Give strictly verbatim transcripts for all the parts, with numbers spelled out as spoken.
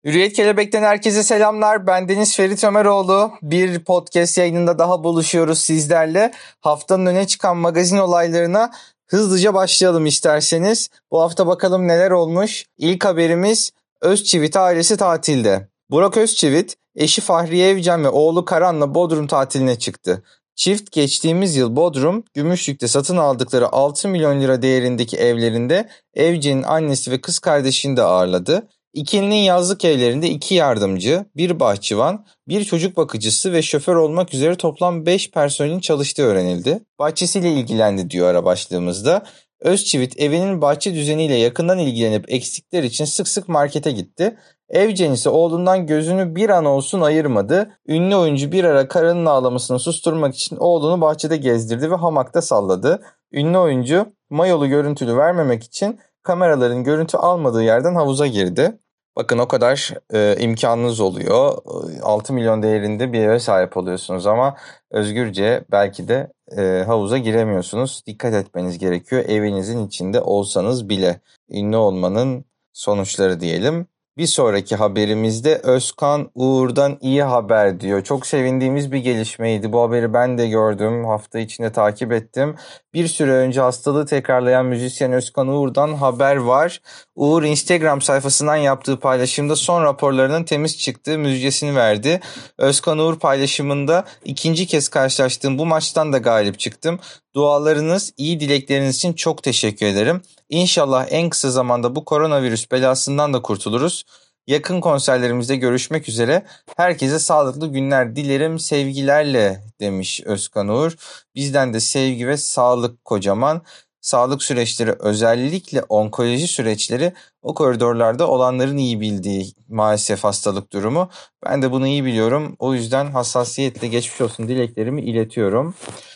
Hürriyet Kelebek'ten herkese selamlar. Ben Deniz Ferit Ömeroğlu. Bir podcast yayınında daha buluşuyoruz sizlerle. Haftanın öne çıkan magazin olaylarına hızlıca başlayalım isterseniz. Bu hafta bakalım neler olmuş. İlk haberimiz Özçivit ailesi tatilde. Burak Özçivit, eşi Fahriye Evcen ve oğlu Karan'la Bodrum tatiline çıktı. Çift geçtiğimiz yıl Bodrum, Gümüşlük'te satın aldıkları altı milyon lira değerindeki evlerinde Evcen'in annesi ve kız kardeşini de ağırladı. İkilinin yazlık evlerinde iki yardımcı, bir bahçıvan, bir çocuk bakıcısı ve şoför olmak üzere toplam beş personelin çalıştığı öğrenildi. Bahçesiyle ilgilendi diyor ara başlığımızda. Özçivit evinin bahçe düzeniyle yakından ilgilenip eksikler için sık sık markete gitti. Evcen ise oğlundan gözünü bir an olsun ayırmadı. Ünlü oyuncu bir ara karının ağlamasını susturmak için oğlunu bahçede gezdirdi ve hamakta salladı. Ünlü oyuncu mayolu görüntülü vermemek için kameraların görüntü almadığı yerden havuza girdi. Bakın o kadar e, imkanınız oluyor. altı milyon değerinde bir eve sahip oluyorsunuz ama özgürce belki de e, havuza giremiyorsunuz. Dikkat etmeniz gerekiyor evinizin içinde olsanız bile. Ünlü olmanın sonuçları diyelim. Bir sonraki haberimizde Özkan Uğur'dan iyi haber diyor. Çok sevindiğimiz bir gelişmeydi. Bu haberi ben de gördüm. Hafta içinde takip ettim. Bir süre önce hastalığı tekrarlayan müzisyen Özkan Uğur'dan haber var. Uğur Instagram sayfasından yaptığı paylaşımda son raporlarının temiz çıktığı müjdesini verdi. Özkan Uğur paylaşımında ikinci kez karşılaştığım bu maçtan da galip çıktım. Dualarınız, iyi dilekleriniz için çok teşekkür ederim. İnşallah en kısa zamanda bu koronavirüs belasından da kurtuluruz. Yakın konserlerimizde görüşmek üzere. Herkese sağlıklı günler dilerim sevgilerle demiş Özkan Uğur. Bizden de sevgi ve sağlık kocaman. Sağlık süreçleri, özellikle onkoloji süreçleri o koridorlarda olanların iyi bildiği maalesef hastalık durumu. Ben de bunu iyi biliyorum. O yüzden hassasiyetle geçmiş olsun dileklerimi iletiyorum.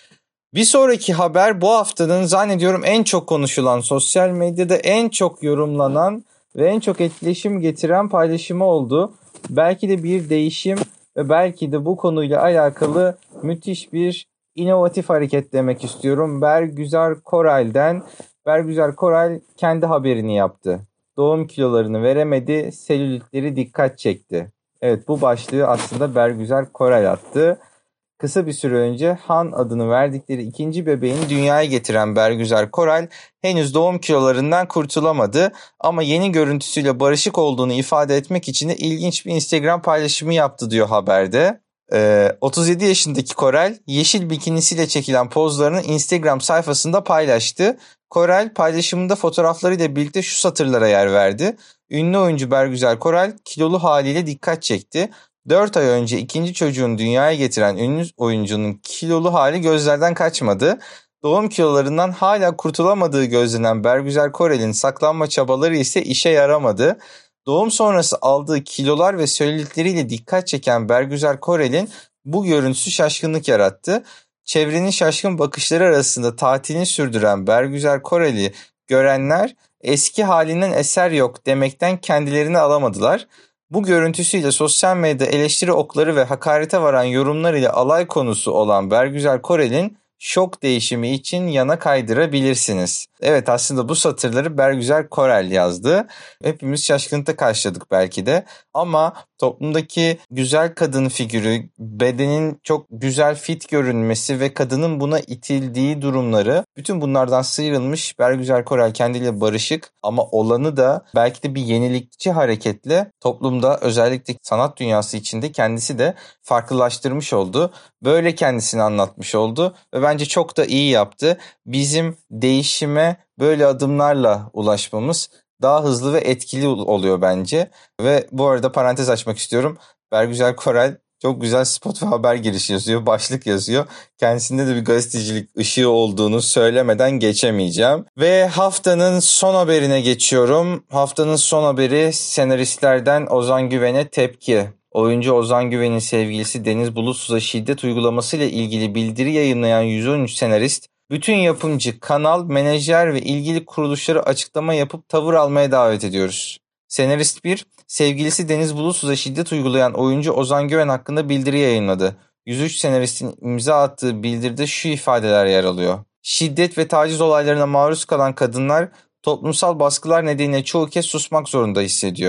Bir sonraki haber bu haftanın zannediyorum en çok konuşulan, sosyal medyada en çok yorumlanan ve en çok etkileşim getiren paylaşımı oldu. Belki de bir değişim ve belki de bu konuyla alakalı müthiş bir inovatif hareket demek istiyorum. Bergüzar Koral'den. Bergüzar Koral kendi haberini yaptı. Doğum kilolarını veremedi, selülitleri dikkat çekti. Evet, bu başlığı aslında Bergüzar Koral attı. Kısa bir süre önce Han adını verdikleri ikinci bebeğini dünyaya getiren Bergüzar Koral henüz doğum kilolarından kurtulamadı ama yeni görüntüsüyle barışık olduğunu ifade etmek için de ilginç bir Instagram paylaşımı yaptı diyor haberde. Ee, otuz yedi yaşındaki Koral yeşil bikinisiyle çekilen pozlarını Instagram sayfasında paylaştı. Koral paylaşımında fotoğraflarıyla birlikte şu satırlara yer verdi. Ünlü oyuncu Bergüzar Koral kilolu haliyle dikkat çekti. dört ay önce ikinci çocuğunu dünyaya getiren ünlü oyuncunun kilolu hali gözlerden kaçmadı. Doğum kilolarından hala kurtulamadığı gözlenen Bergüzar Koral'in saklanma çabaları ise işe yaramadı. Doğum sonrası aldığı kilolar ve selülitleriyle dikkat çeken Bergüzar Koral'in bu görüntüsü şaşkınlık yarattı. Çevrenin şaşkın bakışları arasında tatilini sürdüren Bergüzar Koral'i görenler eski halinden eser yok demekten kendilerini alamadılar. Bu görüntüsüyle sosyal medyada eleştiri okları ve hakarete varan yorumlar ile alay konusu olan Bergüzar Koral'in şok değişimi için yana kaydırabilirsiniz. Evet, aslında bu satırları Bergüzar Koral yazdı. Hepimiz şaşkınlıkla karşıladık belki de. Ama toplumdaki güzel kadın figürü, bedenin çok güzel fit görünmesi ve kadının buna itildiği durumları, bütün bunlardan sıyrılmış Bergüzar Koral kendiyle barışık ama olanı da belki de bir yenilikçi hareketle toplumda, özellikle sanat dünyası içinde kendisi de farklılaştırmış oldu. Böyle kendisini anlatmış oldu ve bence çok da iyi yaptı. Bizim değişime böyle adımlarla ulaşmamız daha hızlı ve etkili oluyor bence. Ve bu arada parantez açmak istiyorum. Bergüzar Koral çok güzel spot ve haber girişi yazıyor, başlık yazıyor. Kendisinde de bir gazetecilik ışığı olduğunu söylemeden geçemeyeceğim. Ve haftanın son haberine geçiyorum. Haftanın son haberi senaristlerden Ozan Güven'e tepki. Oyuncu Ozan Güven'in sevgilisi Deniz Bulutsuz'a şiddet uygulamasıyla ilgili bildiri yayınlayan yüz on üç senarist, bütün yapımcı, kanal, menajer ve ilgili kuruluşları açıklama yapıp tavır almaya davet ediyoruz. Senarist bir, sevgilisi Deniz Bulutsuz'a şiddet uygulayan oyuncu Ozan Güven hakkında bildiri yayınladı. yüz üç senaristin imza attığı bildiride şu ifadeler yer alıyor. Şiddet ve taciz olaylarına maruz kalan kadınlar toplumsal baskılar nedeniyle çoğu kez susmak zorunda hissediyor.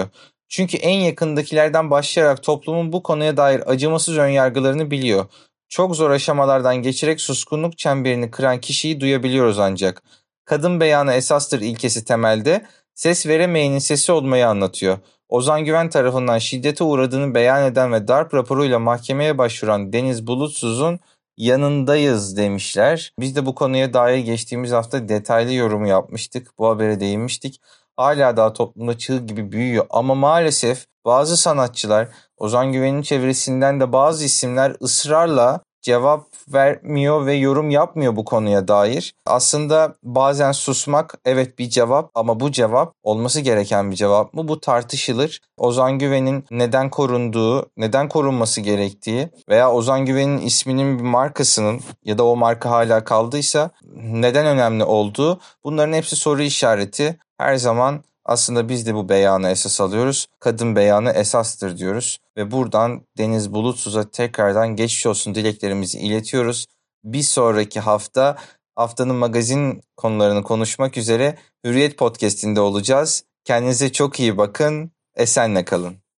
Çünkü en yakındakilerden başlayarak toplumun bu konuya dair acımasız önyargılarını biliyor. Çok zor aşamalardan geçerek suskunluk çemberini kıran kişiyi duyabiliyoruz ancak. Kadın beyanı esastır ilkesi temelde ses veremeyenin sesi olmayı anlatıyor. Ozan Güven tarafından şiddete uğradığını beyan eden ve darp raporuyla mahkemeye başvuran Deniz Bulutsuz'un yanındayız demişler. Biz de bu konuya dair geçtiğimiz hafta detaylı yorum yapmıştık. Bu habere değinmiştik. Hala daha toplumda çığ gibi büyüyor ama maalesef bazı sanatçılar, Ozan Güven'in çevresinden de bazı isimler ısrarla cevap vermiyor ve yorum yapmıyor bu konuya dair. Aslında bazen susmak evet bir cevap ama bu cevap olması gereken bir cevap mı? Bu tartışılır. Ozan Güven'in neden korunduğu, neden korunması gerektiği veya Ozan Güven'in isminin bir markasının ya da o marka hala kaldıysa neden önemli olduğu, bunların hepsi soru işareti. Her zaman aslında biz de bu beyanı esas alıyoruz. Kadın beyanı esastır diyoruz. Ve buradan Deniz Bulutsuz'a tekrardan geçmiş olsun dileklerimizi iletiyoruz. Bir sonraki hafta haftanın magazin konularını konuşmak üzere Hürriyet Podcast'inde olacağız. Kendinize çok iyi bakın. Esenle kalın.